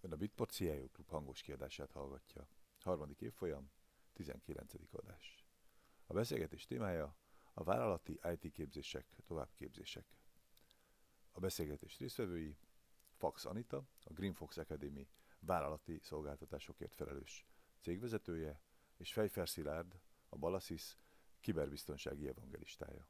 Ön a Bitport CIO Klub hangos kiadását hallgatja. Harmadik évfolyam, 19. adás. A beszélgetés témája a vállalati IT képzések, továbbképzések. A beszélgetés résztvevői Fax Anita, a Green Fox Academy vállalati szolgáltatásokért felelős cégvezetője, és Fejfer Szilárd, a Balasys kiberbiztonsági evangelistája.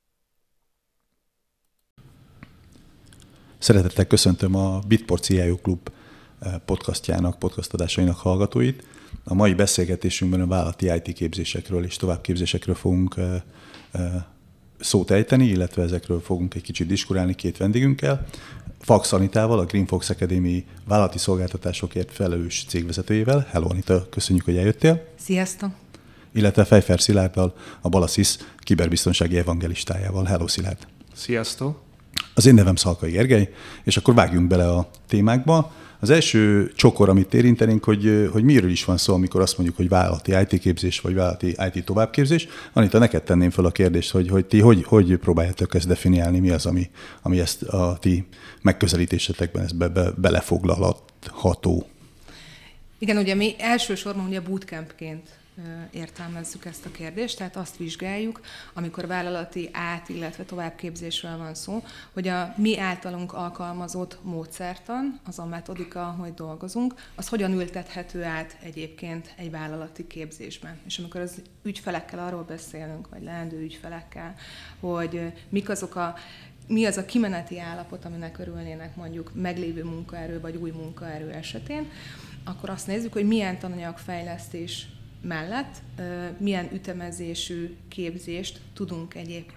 Szeretettel köszöntöm a Bitport CIO Klub podcast adásainak hallgatóit. A mai beszélgetésünkben a vállalati IT képzésekről és továbbképzésekről fogunk szót ejteni, illetve ezekről fogunk egy kicsit diskurálni két vendégünkkel. Fax Anitával, a Green Fox Academy vállalati szolgáltatásokért felelős cégvezetőjével. Hello Anita, köszönjük, hogy eljöttél. Sziasztok! Illetve Fejfer Szilárddal, a Balasys kiberbiztonsági evangelistájával. Hello Szilárd! Sziasztok! Az én nevem Szalkai Gergely, és akkor vágjunk bele a témákba. Az első csokor, amit érintenénk, hogy miről is van szó, amikor azt mondjuk, hogy vállalati IT-képzés, vagy vállalati IT továbbképzés. Anita, neked tenném fel a kérdést, hogy ti hogy próbáljátok ezt definiálni, mi az, ami ezt a ti megközelítésetekben ezt belefoglalható? Igen, ugye mi elsősorban ugye bootcampként értelmezzük ezt a kérdést, tehát azt vizsgáljuk, amikor vállalati illetve továbbképzésről van szó, hogy a mi általunk alkalmazott módszertan, az a metodika, ahogy dolgozunk, az hogyan ültethető át egyébként egy vállalati képzésben. És amikor az ügyfelekkel arról beszélünk, vagy leendő ügyfelekkel, hogy mi az a kimeneti állapot, aminek örülnének mondjuk meglévő munkaerő vagy új munkaerő esetén, akkor azt nézzük, hogy milyen tananyagfejlesztés mellett milyen ütemezésű képzést tudunk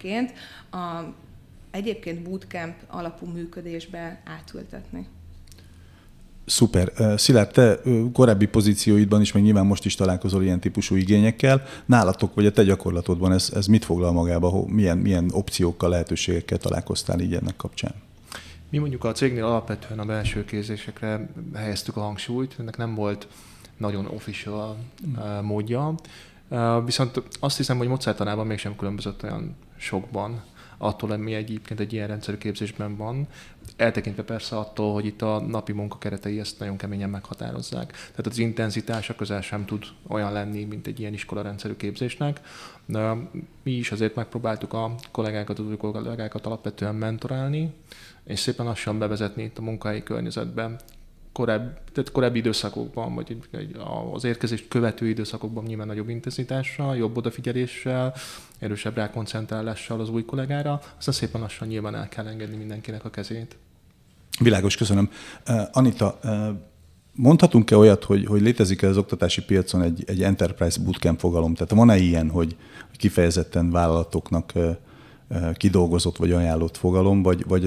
egyébként bootcamp alapú működésbe átültetni. Szuper. Szilárd, te korábbi pozícióidban is, meg nyilván most is találkozol ilyen típusú igényekkel. Nálatok, vagy a te gyakorlatodban ez mit foglal magába? Milyen opciókkal, lehetőségekkel találkoztál így ennek kapcsán? Mi mondjuk a cégnél alapvetően a belső képzésekre helyeztük a hangsúlyt, ennek nem volt nagyon official módja. Viszont azt hiszem, hogy módszertanában mégsem különbözött olyan sokban attól, ami egyébként egy ilyen rendszerű képzésben van. Eltekintve persze attól, hogy itt a napi munkakeretei ezt nagyon keményen meghatározzák. Tehát az intenzitása közel sem tud olyan lenni, mint egy ilyen iskolarendszerű képzésnek. De mi is azért megpróbáltuk a kollégákat, az új kollégákat alapvetően mentorálni, és szépen lassan bevezetni itt a munkahelyi környezetben. Korábbi időszakokban, vagy az érkezést követő időszakokban nyilván nagyobb intenzitással, jobb odafigyeléssel, erősebb rákoncentrálással az új kollégára, aztán szépen lassan nyilván el kell engedni mindenkinek a kezét. Világos, köszönöm. Anita, mondhatunk-e olyat, hogy létezik-e az oktatási piacon egy enterprise bootcamp fogalom? Tehát van-e ilyen, hogy kifejezetten vállalatoknak kidolgozott vagy ajánlott fogalom, vagy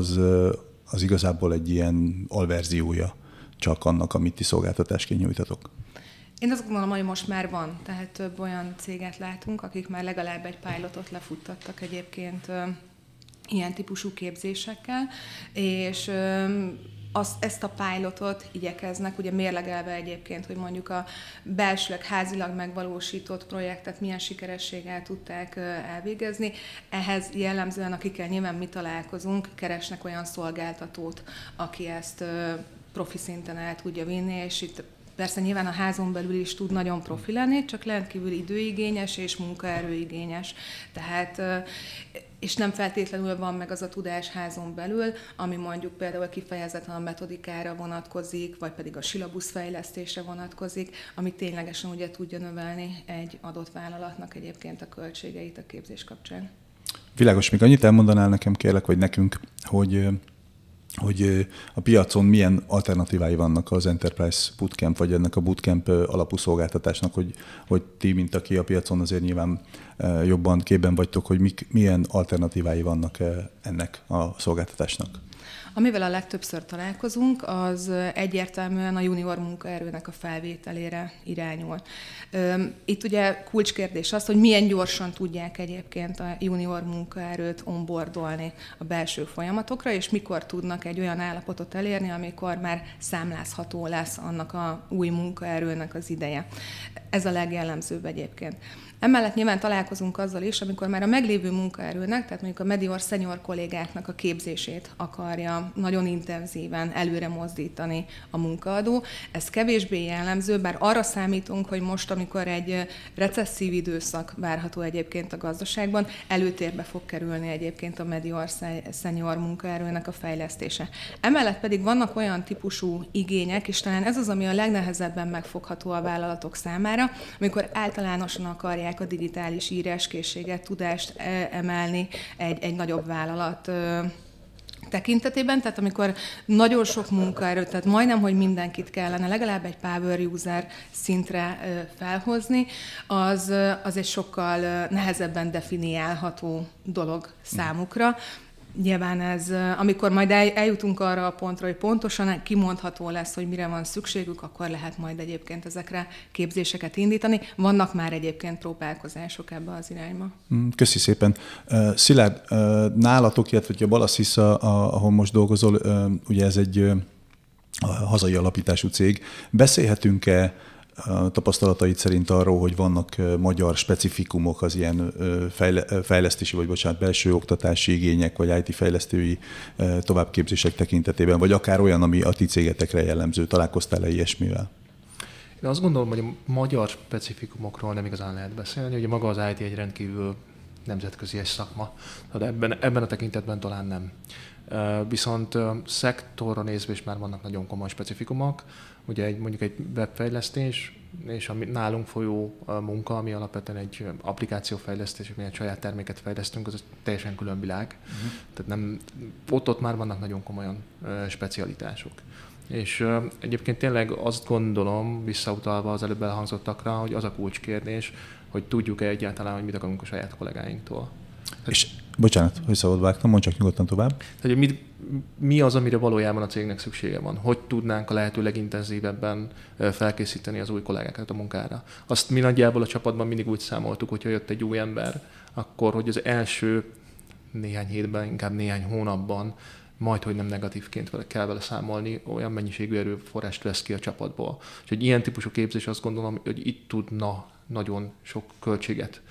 az igazából egy ilyen alverziója csak annak, amit ti szolgáltatásként nyújtatok? Én azt gondolom, hogy most már van, tehát több olyan céget látunk, akik már legalább egy pilotot lefuttattak egyébként ilyen típusú képzésekkel, és ezt a pilotot igyekeznek, ugye mérlegelve egyébként, hogy mondjuk a belsőleg házilag megvalósított projektet milyen sikerességgel tudták elvégezni. Ehhez jellemzően, akikkel nyilván mi találkozunk, keresnek olyan szolgáltatót, aki ezt profi szinten el tudja vinni, és itt persze nyilván a házon belül is tud nagyon profi lenni, csak rendkívül időigényes és munkaerőigényes. Tehát és nem feltétlenül van meg az a tudás házon belül, ami mondjuk például kifejezetten a metodikára vonatkozik, vagy pedig a silabuszfejlesztésre vonatkozik, ami ténylegesen ugye tudja növelni egy adott vállalatnak egyébként a költségeit a képzés kapcsán. Világos, még annyit elmondanál nekem, kérlek, vagy nekünk, hogy a piacon milyen alternatívái vannak az Enterprise Bootcamp, vagy ennek a Bootcamp alapú szolgáltatásnak, hogy ti, mint aki a piacon azért nyilván jobban képben vagytok, hogy milyen alternatívái vannak ennek a szolgáltatásnak? Amivel a legtöbbször találkozunk, az egyértelműen a junior munkaerőnek a felvételére irányul. Itt ugye kulcskérdés az, hogy milyen gyorsan tudják egyébként a junior munkaerőt onboardolni a belső folyamatokra, és mikor tudnak egy olyan állapotot elérni, amikor már számlázható lesz annak a új munkaerőnek az ideje. Ez a legjellemzőbb egyébként. Emellett nyilván találkozunk azzal is, amikor már a meglévő munkaerőnek, tehát mondjuk a medior senior kollégáknak a képzését akarja nagyon intenzíven előre mozdítani a munkaadó. Ez kevésbé jellemző, bár arra számítunk, hogy most, amikor egy recesszív időszak várható egyébként a gazdaságban, előtérbe fog kerülni egyébként a medior senior munkaerőnek a fejlesztése. Emellett pedig vannak olyan típusú igények, és talán ez az, ami a legnehezebben megfogható a vállalatok számára, amikor általánosan akarják a digitális íráskészséget, tudást emelni egy nagyobb vállalat tekintetében, tehát amikor nagyon sok munkaerő, tehát majdnem, hogy mindenkit kellene legalább egy power user szintre felhozni, az egy sokkal nehezebben definiálható dolog számukra. Nyilván ez, amikor majd eljutunk arra a pontra, hogy pontosan kimondható lesz, hogy mire van szükségük, akkor lehet majd egyébként ezekre képzéseket indítani. Vannak már egyébként próbálkozások ebbe az irányba. Köszi szépen. Szilárd, nálatok, illetve a Balasys, ahol most dolgozol, ugye ez egy hazai alapítású cég. Beszélhetünk-e tapasztalataid szerint arról, hogy vannak magyar specifikumok az ilyen fejlesztési, vagy belső oktatási igények, vagy IT fejlesztői továbbképzések tekintetében, vagy akár olyan, ami a ti cégetekre jellemző. Találkoztál-e ilyesmivel? Én azt gondolom, hogy a magyar specifikumokról nem igazán lehet beszélni. Ugye maga az IT egy rendkívül nemzetközi szakma, de ebben a tekintetben talán nem. Viszont szektorra nézve is már vannak nagyon komoly specifikumok. Ugye mondjuk egy webfejlesztés, és a nálunk folyó munka, ami alapvetően egy applikációfejlesztés, mi egy saját terméket fejlesztünk, az teljesen külön világ. Tehát ott már vannak nagyon komolyan specialitások. És egyébként tényleg azt gondolom, visszautalva az előbb elhangzottakra, hogy az a kulcskérdés, hogy tudjuk-e egyáltalán, hogy mit akarunk a saját kollégáinktól. És bocsánat, hogy szabad vágtam, mondd csak nyugodtan tovább. Tehát, mi az, amire valójában a cégnek szüksége van? Hogy tudnánk a lehető legintenzívebben felkészíteni az új kollégákat a munkára? Azt mi nagyjából a csapatban mindig úgy számoltuk, hogyha jött egy új ember, akkor, hogy az első néhány hétben, inkább néhány hónapban majdhogy nem negatívként kell vele számolni, olyan mennyiségű erőforrást vesz ki a csapatból. Úgyhogy ilyen típusú képzés azt gondolom, hogy itt tudna nagyon sok költséget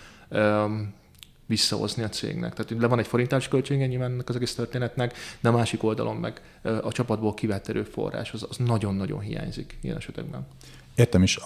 visszahozni a cégnek. Tehát le van egy forintás költsége nyilván ennek az egész történetnek, de a másik oldalon meg a csapatból kivett erőforrás az nagyon-nagyon hiányzik ilyen esetekben. Értem is,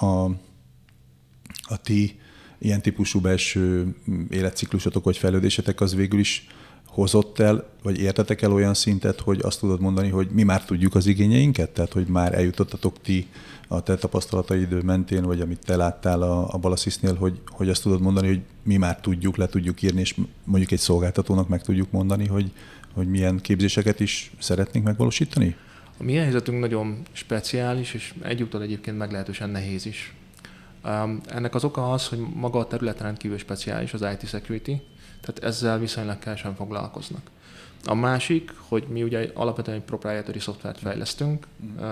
a ti ilyen típusú belső életciklusotok vagy fejlődésetek az végül is hozott el, vagy értetek el olyan szintet, hogy azt tudod mondani, hogy mi már tudjuk az igényeinket? Tehát, hogy már eljutottatok ti a te tapasztalataid mentén, vagy amit te láttál a Balasysnél, hogy azt tudod mondani, hogy mi már tudjuk, le tudjuk írni, és mondjuk egy szolgáltatónak meg tudjuk mondani, hogy milyen képzéseket is szeretnénk megvalósítani? A mi helyzetünk nagyon speciális, és egyúttal egyébként meglehetősen nehéz is. Ennek az oka az, hogy maga a terület rendkívül speciális, az IT security, tehát ezzel viszonylag kevesen foglalkoznak. A másik, hogy mi ugye alapvetően egy proprietary szoftvert fejlesztünk,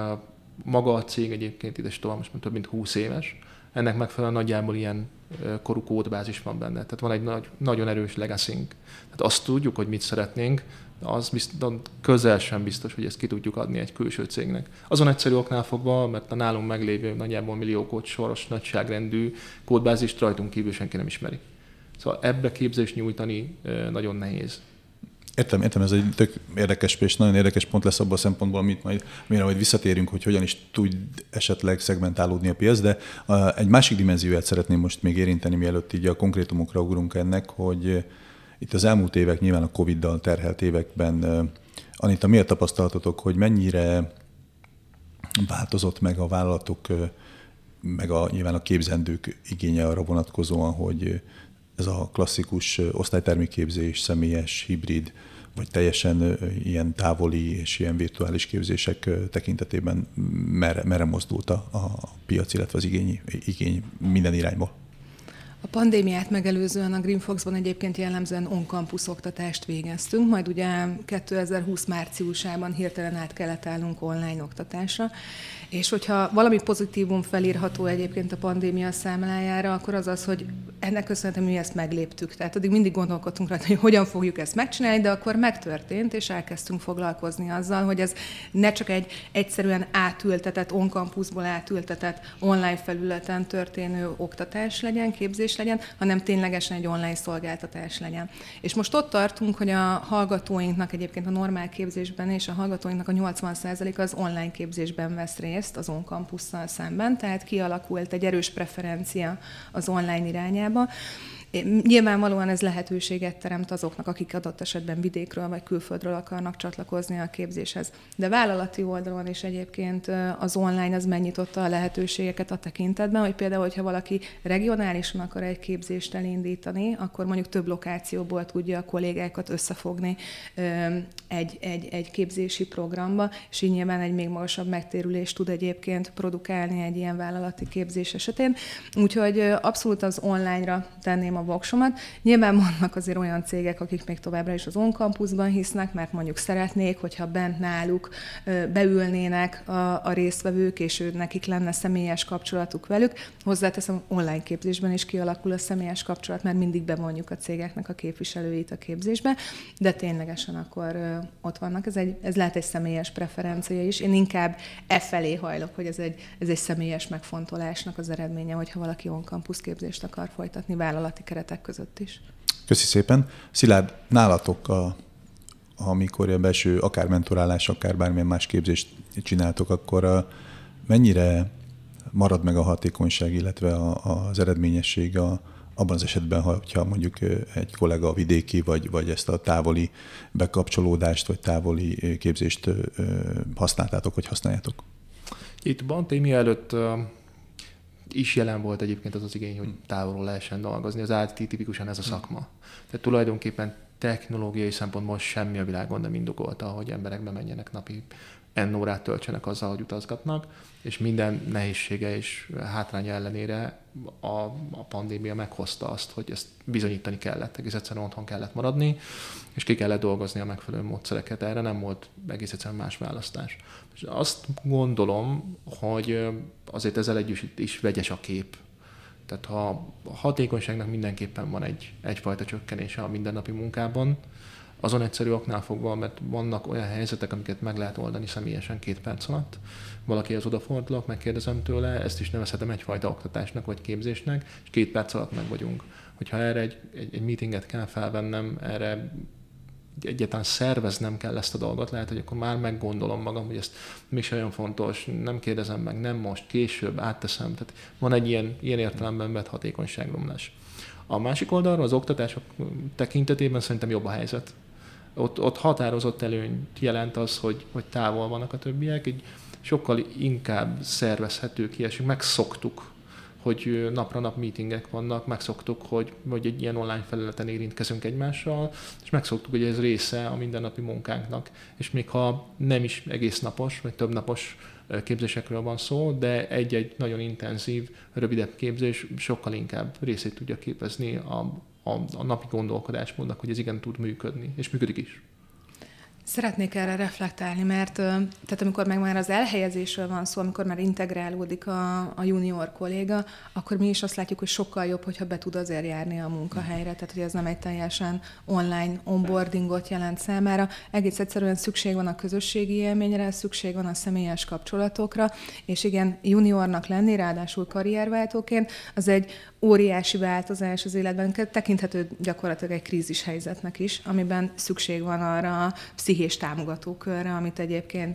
maga a cég egyébként ide tovább most több mint 20 éves, ennek megfelelően nagyjából ilyen korú kódbázis van benne. Tehát van egy nagyon erős legacy-nk. Tehát azt tudjuk, hogy mit szeretnénk, az közel sem biztos, hogy ezt ki tudjuk adni egy külső cégnek. Azon egyszerű oknál fogva, mert a nálunk meglévő nagyjából millió kódsoros nagyságrendű kódbázist rajtunk kívül senki nem ismeri. Szóval ebbe képzést nyújtani nagyon nehéz. Értem, ez egy tök érdekes és nagyon érdekes pont lesz abban a szempontból, mire majd visszatérünk, hogy hogyan is tud esetleg szegmentálódni a piac, de egy másik dimenzióját szeretném most még érinteni, mielőtt így a konkrétumokra ugrunk ennek, hogy itt az elmúlt évek, nyilván a Covid-dal terhelt években, Anita, mi a tapasztalatotok, hogy mennyire változott meg a vállalatok, meg nyilván a képzendők igénye arra vonatkozóan, hogy ez a klasszikus osztálytermékképzés, személyes, hibrid, vagy teljesen ilyen távoli és ilyen virtuális képzések tekintetében merre mozdult a piac, illetve az igény minden irányból? A pandémiát megelőzően a Greenfoxban egyébként jellemzően on-campus oktatást végeztünk, majd ugye 2020 márciusában hirtelen át kellett állnunk online oktatásra, és hogyha valami pozitívum felírható egyébként a pandémia számlájára, akkor az az, hogy ennek köszönhetően mi ezt megléptük. Tehát addig mindig gondolkodtunk rá, hogy hogyan fogjuk ezt megcsinálni, de akkor megtörtént, és elkezdtünk foglalkozni azzal, hogy ez ne csak egy egyszerűen átültetett, on-campusból átültetett online felületen történő oktatás legyen, képzés képzés legyen, hanem ténylegesen egy online szolgáltatás legyen. És most ott tartunk, hogy a hallgatóinknak egyébként a normál képzésben és a hallgatóinknak a 80% az online képzésben vesz részt az on-campusszal szemben, tehát kialakult egy erős preferencia az online irányába. Nyilvánvalóan ez lehetőséget teremt azoknak, akik adott esetben vidékről vagy külföldről akarnak csatlakozni a képzéshez. De vállalati oldalon is egyébként az online az megnyitotta a lehetőségeket a tekintetben, hogy például, hogyha valaki regionálisan akar egy képzést elindítani, akkor mondjuk több lokációból tudja a kollégákat összefogni egy képzési programba, és így nyilván egy még magasabb megtérülést tud egyébként produkálni egy ilyen vállalati képzés esetén. Úgyhogy abszolút az online-ra tenném a voksomat. Nyilván vannak azért olyan cégek, akik még továbbra is az on-campusban hisznek, mert mondjuk szeretnék, hogyha bent náluk beülnének a résztvevők, és nekik lenne személyes kapcsolatuk velük. Hozzáteszem, online képzésben is kialakul a személyes kapcsolat, mert mindig bevonjuk a cégeknek a képviselőit a képzésbe, de ténylegesen akkor ott vannak. Ez lehet egy személyes preferencia is. Én inkább felé hajlok, hogy ez egy személyes megfontolásnak az eredménye, hogyha valaki on-campus képzést akar folytatni vállalati keretek között is. Köszi szépen. Szilárd, nálatok, amikor a belső akár mentorálás, akár bármilyen más képzést csináltok, akkor mennyire marad meg a hatékonyság, illetve az eredményesség abban az esetben, hogyha mondjuk egy kollega vidéki, vagy ezt a távoli bekapcsolódást, vagy távoli képzést használtátok, vagy használjátok? Itt pandémia előtt is jelen volt egyébként az igény, hogy távolról lehessen dolgozni. Az IT tipikusan ez a szakma. Tehát tulajdonképpen technológiai szempontból semmi a világon nem indokolta, hogy emberek bemenjenek napi N órát töltsenek azzal, hogy utazgatnak, és minden nehézsége és hátránya ellenére a pandémia meghozta azt, hogy ezt bizonyítani kellett, egész egyszerűen otthon kellett maradni, és ki kellett dolgozni a megfelelő módszereket. Erre nem volt egész egyszerűen más választás. És azt gondolom, hogy azért ezzel együtt is vegyes a kép. Tehát a hatékonyságnak mindenképpen van egyfajta csökkenése a mindennapi munkában, azon egyszerű oknál fogva, mert vannak olyan helyzetek, amiket meg lehet oldani személyesen 2 perc alatt. Valakihez odafordulok, megkérdezem tőle, ezt is nevezhetem egyfajta oktatásnak vagy képzésnek, és 2 perc alatt meg vagyunk. Hogyha erre egy meetinget kell felvennem, erre egyáltalán szerveznem kell ezt a dolgot, lehet, hogy akkor már meggondolom magam, hogy ezt mégse olyan fontos, nem kérdezem meg, nem most, később, átteszem. Tehát van egy ilyen értelemben vett hatékonyságromlás. A másik oldalról az oktatások tekintetében szerintem jobb a helyzet. Ott határozott előnyt jelent az, hogy távol vannak a többiek, így sokkal inkább szervezhető kiesünk, megszoktuk, hogy napra nap meetingek vannak, megszoktuk, hogy egy ilyen online felületen érintkezünk egymással, és megszoktuk, hogy ez része a mindennapi munkánknak. És még ha nem is egész napos, vagy több napos képzésekről van szó, de egy nagyon intenzív, rövidebb képzés sokkal inkább részét tudja képezni a napi gondolkodásmódnak, hogy ez igen tud működni, és működik is. Szeretnék erre reflektálni, mert tehát amikor meg már az elhelyezésről van szó, amikor már integrálódik a junior kolléga, akkor mi is azt látjuk, hogy sokkal jobb, hogyha be tud azért járni a munkahelyre, tehát hogy ez nem egy teljesen online onboardingot jelent számára. Egész egyszerűen szükség van a közösségi élményre, szükség van a személyes kapcsolatokra, és igen, juniornak lenni, ráadásul karrierváltóként, az egy óriási változás az életben, tekinthető gyakorlatilag egy krízis helyzetnek is, amiben szükség van arra a pszichés támogatókörre, amit egyébként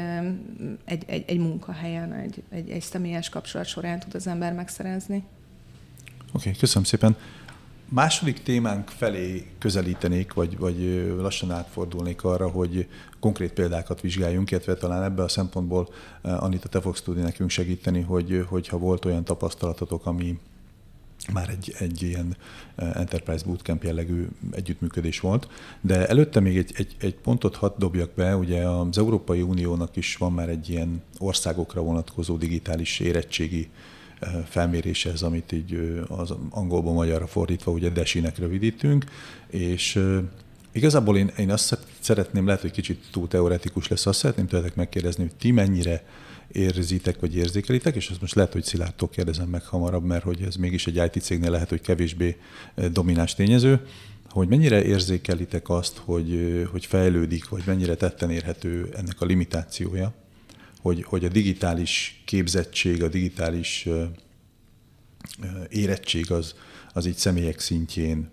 egy munkahelyen, egy személyes kapcsolat során tud az ember megszerezni. Oké, köszönöm szépen. Második témánk felé közelítenék, vagy lassan átfordulnék arra, hogy konkrét példákat vizsgáljunk, illetve talán ebben a szempontból, Anita, te fogsz tudni nekünk segíteni, hogyha volt olyan tapasztalatotok, ami már egy ilyen Enterprise Bootcamp jellegű együttműködés volt. De előtte még egy pontot hadd dobjak be, ugye az Európai Uniónak is van már egy ilyen országokra vonatkozó digitális érettségi felmérése, ez, amit így az angolból magyarra fordítva ugye DESI-nek rövidítünk, és igazából én azt szeretném, lehet, hogy kicsit túl teoretikus lesz, azt szeretném tőletek megkérdezni, hogy ti mennyire érzitek, vagy érzékelitek, és azt most lehet, hogy Szilárdtól kérdezem meg hamarabb, mert hogy ez mégis egy IT cégnél lehet, hogy kevésbé domináns tényező, hogy mennyire érzékelitek azt, hogy fejlődik, vagy mennyire tetten érhető ennek a limitációja, hogy a digitális képzettség, a digitális érettség az így személyek szintjén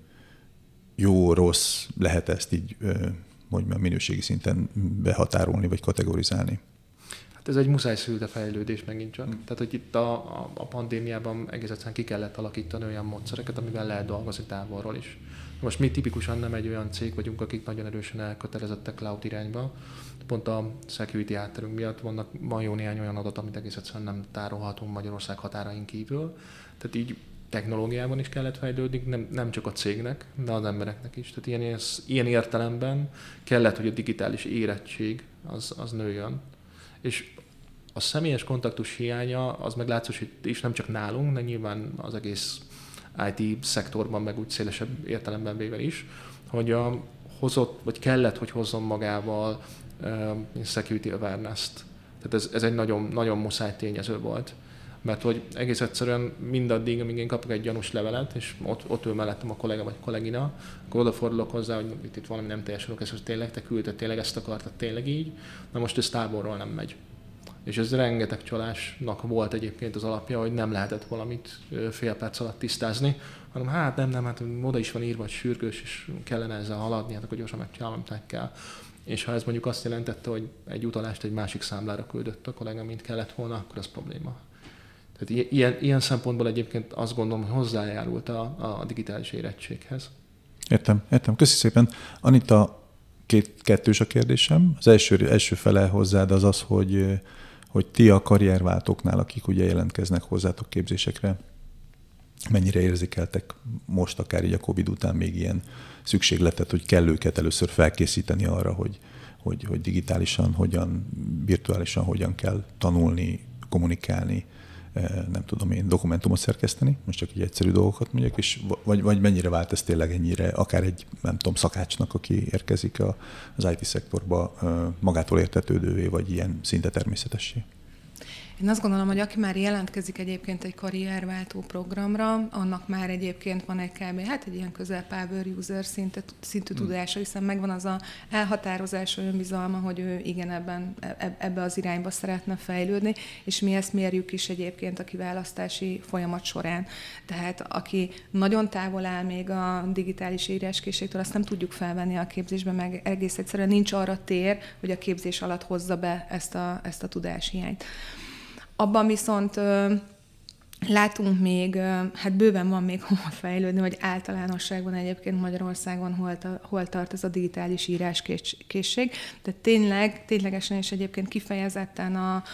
jó, rossz, lehet ezt így mondjuk minőségi szinten behatárolni vagy kategorizálni? Hát ez egy muszáj szülte fejlődés megint csak. Tehát, hogy itt a pandémiában egész egyszerűen ki kellett alakítani olyan módszereket, amivel lehet dolgozni távolról is. Most mi tipikusan nem egy olyan cég vagyunk, akik nagyon erősen elkötelezettek cloud irányba. Pont a security hátterünk miatt van jó néhány olyan adat, amit egész egyszerűen nem tárolhatunk Magyarország határain kívül. Tehát így technológiában is kellett fejlődni, nem csak a cégnek, de az embereknek is. Tehát ilyen értelemben kellett, hogy a digitális érettség az nőjön. És a személyes kontaktus hiánya az meg látszott, hogy és nem csak nálunk, de nyilván az egész IT szektorban, meg úgy szélesebb értelemben véve is, hogy hozott, vagy kellett, hogy hozzon magával security awareness-t. Tehát ez egy nagyon, nagyon muszáj tényező volt. Mert hogy egész egyszerűen mindaddig, amíg én kapok egy gyanús levelet, és ott ül mellettem a kollega vagy kollégina, akkor odafordulok hozzá, hogy itt valami nem teljesen oké, hogy tényleg te küldted, tényleg ezt akartad, tényleg így, na most ez távolról nem megy. És ez rengeteg csalásnak volt egyébként az alapja, hogy nem lehetett valamit fél perc alatt tisztázni, hanem hát oda is van írva, hogy sürgős, és kellene ezzel haladni, hát akkor gyorsan megcsinálom, amit meg kell. És ha ez mondjuk azt jelentette, hogy egy utalást egy másik számlára küldött a kollega, mint kellett volna, akkor az probléma. Tehát ilyen szempontból egyébként azt gondolom, hogy hozzájárult a digitális érettséghez. Értem. Köszi szépen. Anita, kettős a kérdésem. Az első fele hozzád az, hogy ti a karrierváltóknál, akik ugye jelentkeznek hozzátok képzésekre, mennyire érzékeltek most akár így a Covid után még ilyen szükségletet, hogy kell őket először felkészíteni arra, hogy digitálisan, virtuálisan hogyan kell tanulni, kommunikálni, nem tudom én, dokumentumot szerkeszteni, most csak így egyszerű dolgokat mondjak, és vagy mennyire vált ez tényleg ennyire, akár egy, nem tudom, szakácsnak, aki érkezik az IT szektorba, magától értetődővé, vagy ilyen szinte természetessé? Én azt gondolom, hogy aki már jelentkezik egyébként egy karrierváltó programra, annak már egyébként van egy egy ilyen közel power user szintű tudása, hiszen megvan az a elhatározása, önbizalma, hogy ő igen ebbe az irányba szeretne fejlődni, és mi ezt mérjük is egyébként a kiválasztási folyamat során. Tehát aki nagyon távol áll még a digitális íráskészségtől, azt nem tudjuk felvenni a képzésbe, meg egész egyszerűen nincs arra tér, hogy a képzés alatt hozza be ezt a tudáshiányt. Abban viszont látunk még, hát bőven van még hova fejlődni, vagy általánosságban egyébként Magyarországon hol tart ez a digitális íráskészség. De ténylegesen és egyébként kifejezetten a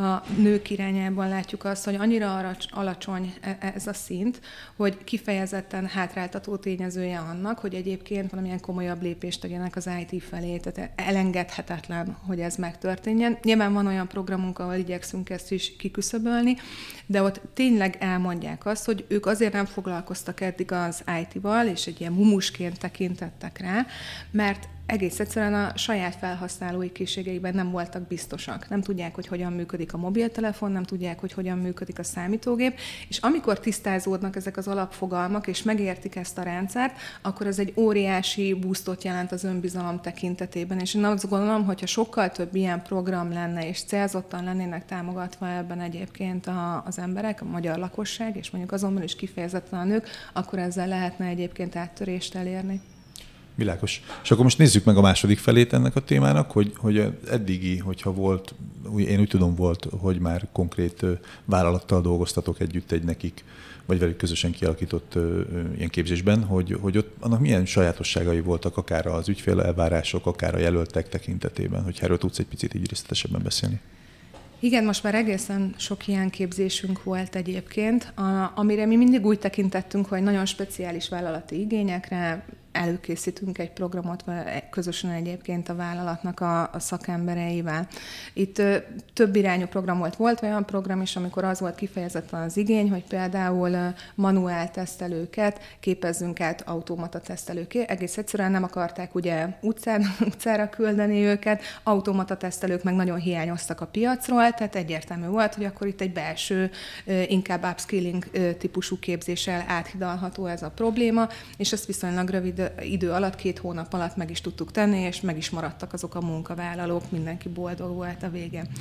nők irányában látjuk azt, hogy annyira alacsony ez a szint, hogy kifejezetten hátráltató tényezője annak, hogy egyébként valamilyen komolyabb lépést tegyenek az IT felé. Tehát elengedhetetlen, hogy ez megtörténjen. Nyilván van olyan programunk, ahol igyekszünk ezt is kiküszöbölni, de ott tényleg elmondják azt, hogy ők azért nem foglalkoztak eddig az IT-val, és egy ilyen mumusként tekintettek rá, mert egész egyszerűen a saját felhasználói készségeikben nem voltak biztosak. Nem tudják, hogy hogyan működik a mobiltelefon, nem tudják, hogy hogyan működik a számítógép, és amikor tisztázódnak ezek az alapfogalmak, és megértik ezt a rendszert, akkor ez egy óriási boostot jelent az önbizalom tekintetében. És én azt gondolom, hogyha sokkal több ilyen program lenne, és célzottan lennének támogatva ebben egyébként az emberek, a magyar lakosság, és mondjuk azonban is kifejezetten a nők, akkor ezzel lehetne egyébként áttörést elérni. Világos. És akkor most nézzük meg a második felét ennek a témának, hogy eddigi, hogyha volt, én úgy tudom volt, hogy már konkrét vállalattal dolgoztatok együtt egy nekik, vagy velük közösen kialakított ilyen képzésben, hogy ott annak milyen sajátosságai voltak, akár az ügyfél elvárások, akár a jelöltek tekintetében, hogy erről tudsz egy picit így részletesebben beszélni. Igen, most már egészen sok ilyen képzésünk volt egyébként, amire mi mindig úgy tekintettünk, hogy nagyon speciális vállalati igényekre előkészítünk egy programot közösen egyébként a vállalatnak a szakembereivel. Itt több irányú program volt olyan program is, amikor az volt kifejezetten az igény, hogy például manuál tesztelőket képezzünk át automata tesztelőké. Egész egyszerűen nem akarták ugye utcára küldeni őket, automata tesztelők meg nagyon hiányoztak a piacról, tehát egyértelmű volt, hogy akkor itt egy belső, inkább upskilling típusú képzéssel áthidalható ez a probléma, és ezt viszonylag rövid idő alatt, 2 hónap alatt meg is tudtuk tenni, és meg is maradtak azok a munkavállalók, mindenki boldog volt a végén.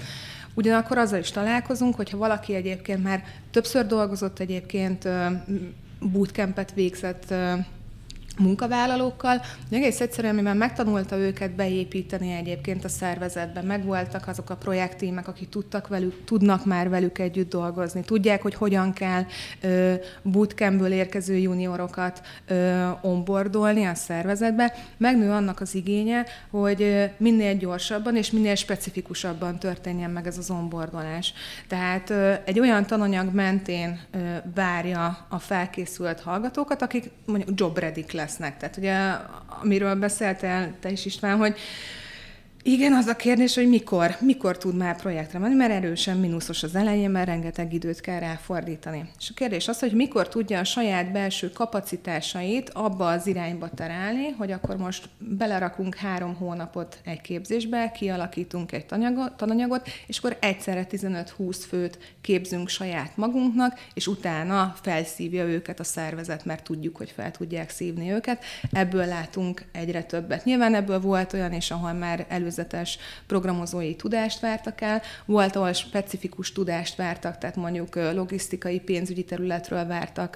Ugyanakkor azzal is találkozunk, hogyha valaki egyébként már többször dolgozott egyébként, bootcampet végzett munkavállalókkal, egész egyszerűen, mivel megtanulta őket beépíteni egyébként a szervezetbe, megvoltak azok a projekttímek, akik tudnak már velük együtt dolgozni, tudják, hogy hogyan kell bootcampből érkező juniorokat onboardolni a szervezetbe, megnő annak az igénye, hogy minél gyorsabban és minél specifikusabban történjen meg ez az onboardolás. Tehát egy olyan tananyag mentén várja a felkészült hallgatókat, akik mondjuk job ready lesznek. Tehát ugye, amiről beszéltél te is, István, hogy igen, az a kérdés, hogy mikor tud már projektre menni, mert erősen mínuszos az elején, mert rengeteg időt kell ráfordítani. És a kérdés az, hogy mikor tudja a saját belső kapacitásait abba az irányba terelni, hogy akkor most belerakunk 3 hónapot egy képzésbe, kialakítunk egy tananyagot, és akkor egyszerre 15-20 főt képzünk saját magunknak, és utána felszívja őket a szervezet, mert tudjuk, hogy fel tudják szívni őket. Ebből látunk egyre többet. Nyilván ebből volt olyan is, ahol már előzetes programozói tudást vártak el, volt, ahol specifikus tudást vártak, tehát mondjuk logisztikai, pénzügyi területről vártak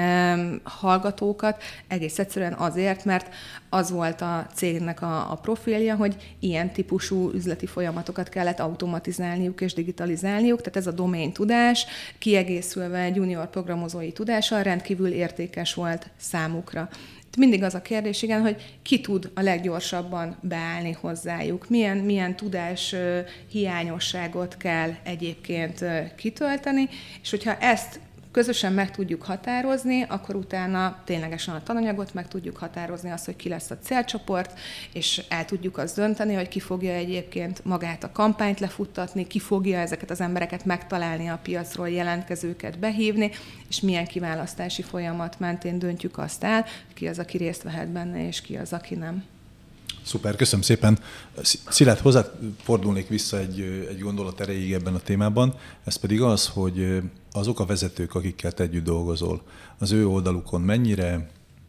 hallgatókat, egész egyszerűen azért, mert az volt a cégnek a profilja, hogy ilyen típusú üzleti folyamatokat kellett automatizálniuk és digitalizálniuk, tehát ez a domain tudás kiegészülve egy junior programozói tudással rendkívül értékes volt számukra. Mindig az a kérdés, igen, hogy ki tud a leggyorsabban beállni hozzájuk, milyen tudás hiányosságot kell egyébként kitölteni, és hogyha ezt közösen meg tudjuk határozni, akkor utána ténylegesen a tananyagot meg tudjuk határozni, azt, hogy ki lesz a célcsoport, és el tudjuk azt dönteni, hogy ki fogja egyébként magát a kampányt lefuttatni, ki fogja ezeket az embereket megtalálni a piacról, jelentkezőket behívni, és milyen kiválasztási folyamat mentén döntjük azt el, ki az, aki részt vehet benne, és ki az, aki nem. Szuper, köszönöm szépen. Szilárd, hozzá fordulnék vissza egy gondolat erejéig ebben a témában, ez pedig az, hogy azok a vezetők, akikkel te együtt dolgozol, az ő oldalukon mennyire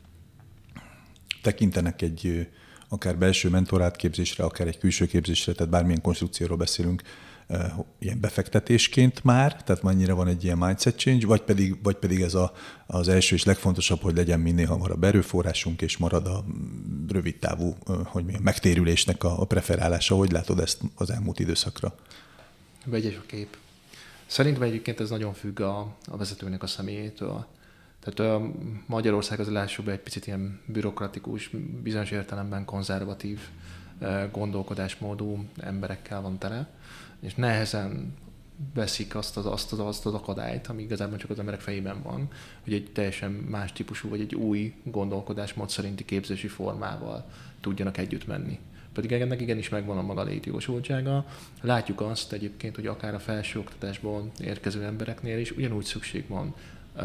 tekintenek egy akár belső mentorátképzésre, akár egy külső képzésre, tehát bármilyen konstrukcióról beszélünk, ilyen befektetésként már, tehát mennyire van egy ilyen mindset change, vagy pedig ez az első és legfontosabb, hogy legyen minél hamarabb erőforrásunk, és marad a rövidtávú megtérülésnek a preferálása. Hogy látod ezt az elmúlt időszakra? Vegyes a kép. Szerintem egyébként ez nagyon függ a vezetőnek a személyétől. Tehát Magyarország az lássuk be egy picit ilyen bürokratikus, bizonyos értelemben konzervatív gondolkodásmódú emberekkel van tele, és nehezen veszik azt az akadályt, ami igazából csak az emberek fejében van, hogy egy teljesen más típusú, vagy egy új gondolkodásmód szerinti képzési formával tudjanak együtt menni. Pedig ennek igenis megvan a maga létjogosultsága. Látjuk azt egyébként, hogy akár a felsőoktatásból érkező embereknél is ugyanúgy szükség van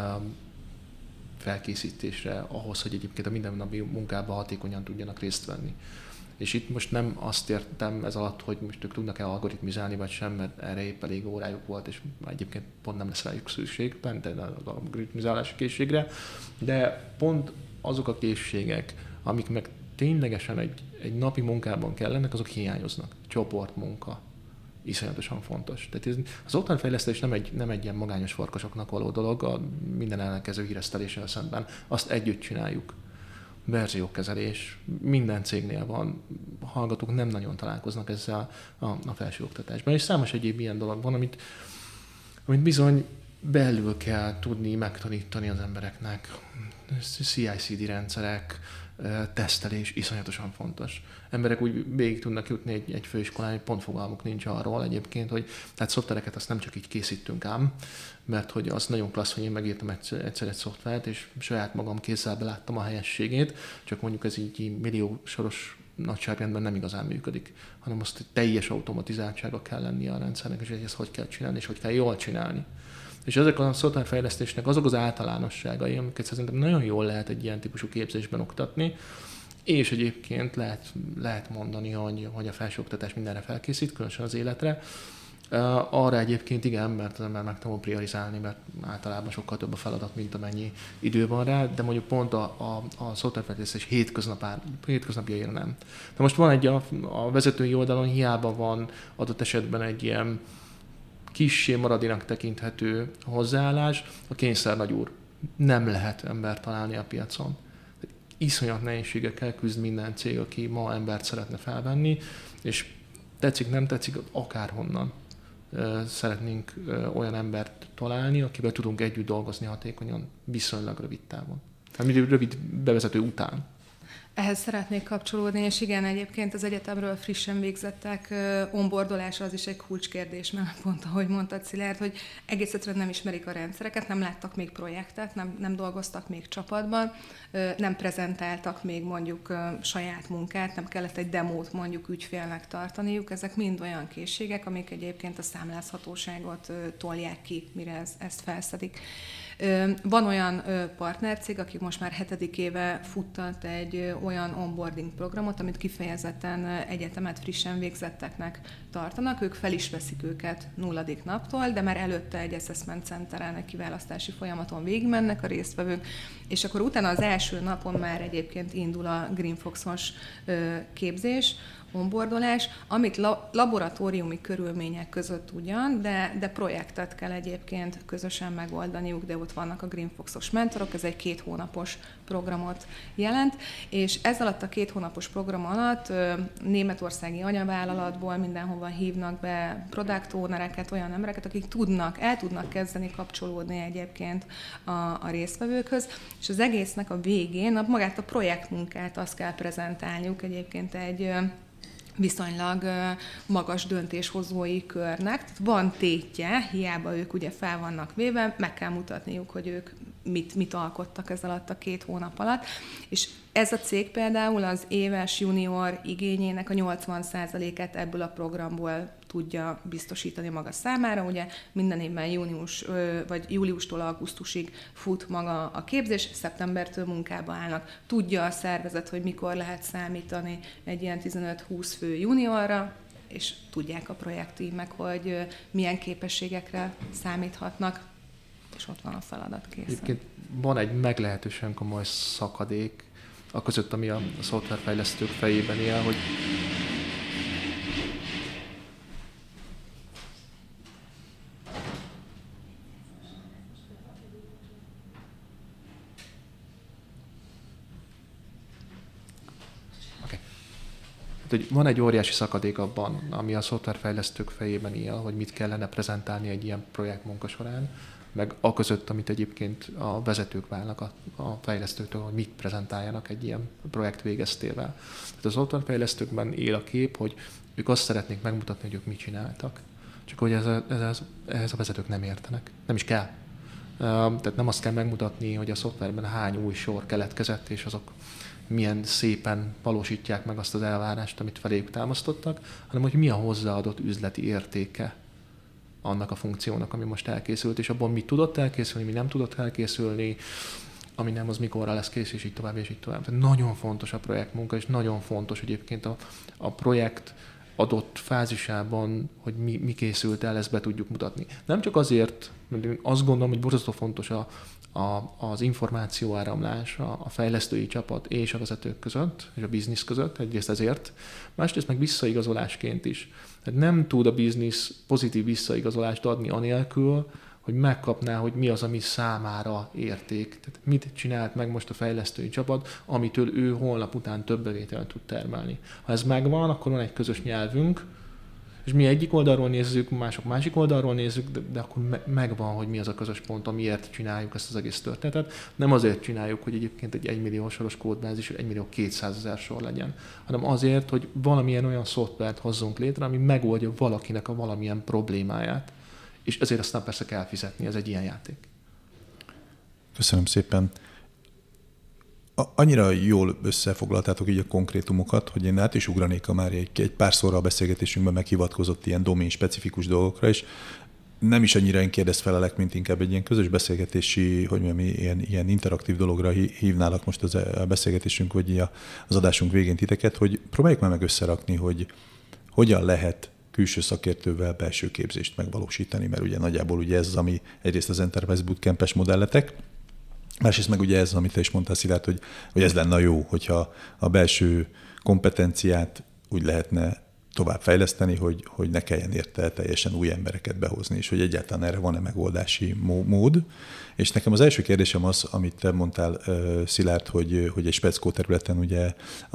felkészítésre ahhoz, hogy egyébként a mindennapi munkában hatékonyan tudjanak részt venni. És itt most nem azt értem ez alatt, hogy most ők tudnak-e algoritmizálni, vagy sem, mert erre épp elég órájuk volt, és egyébként pont nem lesz rájuk szükség, az algoritmizálási készségre, de pont azok a készségek, amik meg ténylegesen egy napi munkában kellenek, azok hiányoznak. Csoportmunka. Iszonyatosan fontos. Tehát az oktatásfejlesztés nem egy ilyen magányos farkasoknak való dolog, a minden ellenkező híreszteléssel szemben. Azt együtt csináljuk. Verziókezelés, minden cégnél van, hallgatók nem nagyon találkoznak ezzel a felsőoktatásban. És számos egyéb ilyen dolog van, amit bizony belül kell tudni megtanítani az embereknek. CI/CD rendszerek, tesztelés iszonyatosan fontos. Emberek úgy végig tudnak jutni egy főiskolán, hogy pont fogalmuk nincs arról egyébként, hogy tehát szoftvereket azt nem csak így készítünk ám, mert hogy az nagyon klassz, hogy én megírtam egyszer egy szoftvert, és saját magam kézzel beláttam a helyességét, csak mondjuk ez így millió soros nagyságrendben nem igazán működik, hanem azt teljes automatizáltsága kell lennie a rendszernek, és ezt hogy kell csinálni, és hogy kell jól csinálni. És ezek a szoftverfejlesztésnek azok az általánosságai, amiket szerintem nagyon jól lehet egy ilyen típusú képzésben oktatni, és egyébként lehet mondani, hogy a felsőoktatás mindenre felkészít, különösen az életre. Arra egyébként igen, mert az ember megtanul priorizálni, mert általában sokkal több a feladat, mint amennyi idő van rá, de mondjuk pont a szoftverfejlesztés hétköznapjaira nem. De most van a vezetői oldalon hiába van adott esetben egy ilyen kissé maradinak tekinthető hozzáállás, a kényszer nagyúr. Nem lehet embert találni a piacon. Iszonyat nehézségekkel küzd minden cég, aki ma embert szeretne felvenni, és tetszik, nem tetszik, akárhonnan szeretnénk olyan embert találni, akivel tudunk együtt dolgozni hatékonyan, viszonylag rövid távon. Tehát rövid bevezető után. Ehhez szeretnék kapcsolódni, és igen, egyébként az egyetemről frissen végzettek onboardolása az is egy kulcskérdés, mert pont ahogy mondtad, Szilárd, hogy egész egyszerűen nem ismerik a rendszereket, nem láttak még projektet, nem dolgoztak még csapatban, nem prezentáltak még mondjuk saját munkát, nem kellett egy demót mondjuk ügyfélnek tartaniuk. Ezek mind olyan készségek, amik egyébként a számlázhatóságot tolják ki, mire ezt felszedik. Van olyan partnercég, aki most már 7. éve futtat egy olyan onboarding programot, amit kifejezetten egyetemet frissen végzetteknek tartanak. Ők fel is veszik őket 0. naptól, de már előtte egy assessment centeren, egy kiválasztási folyamaton végigmennek a résztvevők, és akkor utána az első napon már egyébként indul a Greenfox-os képzés, onboardolás, amit laboratóriumi körülmények között ugyan, de projektet kell egyébként közösen megoldaniuk, de ott vannak a Greenfox-os mentorok, ez egy 2 hónapos programot jelent, és ez alatt a 2 hónapos program alatt németországi anyavállalatból mindenhova hívnak be product ownereket, olyan embereket, akik el tudnak kezdeni kapcsolódni egyébként a résztvevőkhöz, és az egésznek a végén magát a projektmunkát azt kell prezentálniuk egyébként egy viszonylag magas döntéshozói körnek. Tehát van tétje, hiába ők ugye fel vannak véve, meg kell mutatniuk, hogy ők mit alkottak ez alatt a 2 hónap alatt. És ez a cég például az éves junior igényének a 80%-át ebből a programból tudja biztosítani maga számára. Ugye minden évben júliustól augusztusig fut maga a képzés, szeptembertől munkába állnak. Tudja a szervezet, hogy mikor lehet számítani egy ilyen 15-20 fő juniorra, és tudják a projektímek, hogy milyen képességekre számíthatnak, és ott van a feladat készen. Egyébként van egy meglehetősen komoly szakadék a között, ami a szoftverfejlesztők fejében él, hogy hogy van egy óriási szakadék abban, ami a szoftverfejlesztők fejében él, hogy mit kellene prezentálni egy ilyen projektmunka során, meg aközött, amit egyébként a vezetők várnak a fejlesztőktől, hogy mit prezentáljanak egy ilyen projekt végeztével. Tehát a szoftverfejlesztőkben él a kép, hogy ők azt szeretnék megmutatni, hogy ők mit csináltak. Csak hogy ehhez a vezetők nem értenek. Nem is kell. Tehát nem azt kell megmutatni, hogy a szoftverben hány új sor keletkezett, és azok milyen szépen valósítják meg azt az elvárást, amit feléjük támasztottak, hanem hogy mi a hozzáadott üzleti értéke annak a funkciónak, ami most elkészült, és abban mi tudott elkészülni, mi nem tudott elkészülni, ami nem, az mikorra lesz kész, és így tovább, és így tovább. Tehát nagyon fontos a projektmunka, és nagyon fontos egyébként a projekt adott fázisában, hogy mi készült el, ezt be tudjuk mutatni. Nem csak azért, mert én azt gondolom, hogy borzasztó fontos az információáramlás a fejlesztői csapat és a vezetők között, és a biznisz között, egyrészt ezért, másrészt meg visszaigazolásként is. Tehát nem tud a biznisz pozitív visszaigazolást adni anélkül, hogy megkapná, hogy mi az, ami számára érték. Tehát mit csinált meg most a fejlesztői csapat, amitől ő holnap után több bevételt tud termelni. Ha ez megvan, akkor van egy közös nyelvünk, és mi egyik oldalról nézzük, mások másik oldalról nézzük, de akkor megvan, hogy mi az a közös pont, amiért csináljuk ezt az egész történetet. Nem azért csináljuk, hogy egyébként egy 1 millió soros kódbázis, 1 millió 200 000 sor legyen, hanem azért, hogy valamilyen olyan szoftvert hozzunk létre, ami megoldja valakinek a valamilyen problémáját. És ezért aztán persze kell fizetni, ez egy ilyen játék. Köszönöm szépen. Annyira jól összefoglaltátok így a konkrétumokat, hogy én át is ugranék már egy párszorra a beszélgetésünkben meghivatkozott ilyen domén-specifikus dolgokra, és nem is annyira én kérdezfelelek, mint inkább egy ilyen közös beszélgetési, hogy mondjam, ilyen interaktív dologra hívnálak most a beszélgetésünk, vagy az adásunk végén titeket, hogy próbáljuk már meg összerakni, hogy hogyan lehet külső szakértővel belső képzést megvalósítani, mert ugye nagyjából ugye ez az, ami egyrészt az Enterprise Bootcamp-es modelletek, másrészt meg ugye ez, amit te is mondtál, Szilárd, hogy ez lenne jó, hogyha a belső kompetenciát úgy lehetne továbbfejleszteni, hogy ne kelljen érte teljesen új embereket behozni, és hogy egyáltalán erre van-e megoldási mód. És nekem az első kérdésem az, amit te mondtál, Szilárd, hogy egy speckó területen, ugye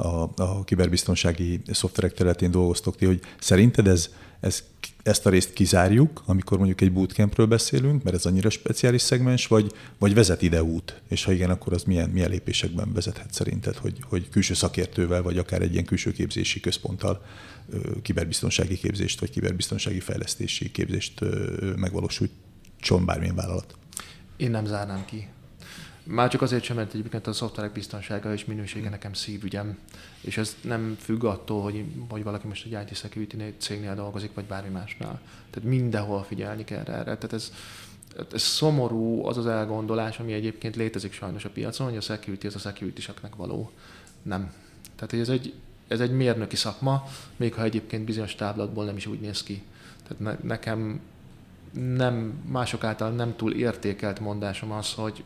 a kiberbiztonsági szoftverek területén dolgoztok ti, hogy szerinted ezt a részt kizárjuk, amikor mondjuk egy bootcampről beszélünk, mert ez annyira speciális szegmens, vagy vezet ide út? És ha igen, akkor az milyen lépésekben vezethet szerinted, hogy külső szakértővel, vagy akár egy ilyen külső képzési központtal kiberbiztonsági képzést, vagy kiberbiztonsági fejlesztési képzést megvalósítson bármilyen vállalat? Én nem zárnám ki. Már csak azért sem, mert egyébként a szoftverek biztonsága és minősége nekem szívügyem, és ez nem függ attól, hogy valaki most egy IT security cégnél dolgozik, vagy bármi másnál. Tehát mindenhol figyelni kell erre. Tehát ez szomorú az elgondolás, ami egyébként létezik sajnos a piacon, hogy a security az a security-saknak való. Nem. Tehát ez egy mérnöki szakma, még ha egyébként bizonyos táblatból nem is úgy néz ki. Tehát nekem nem, mások által nem túl értékelt mondásom az, hogy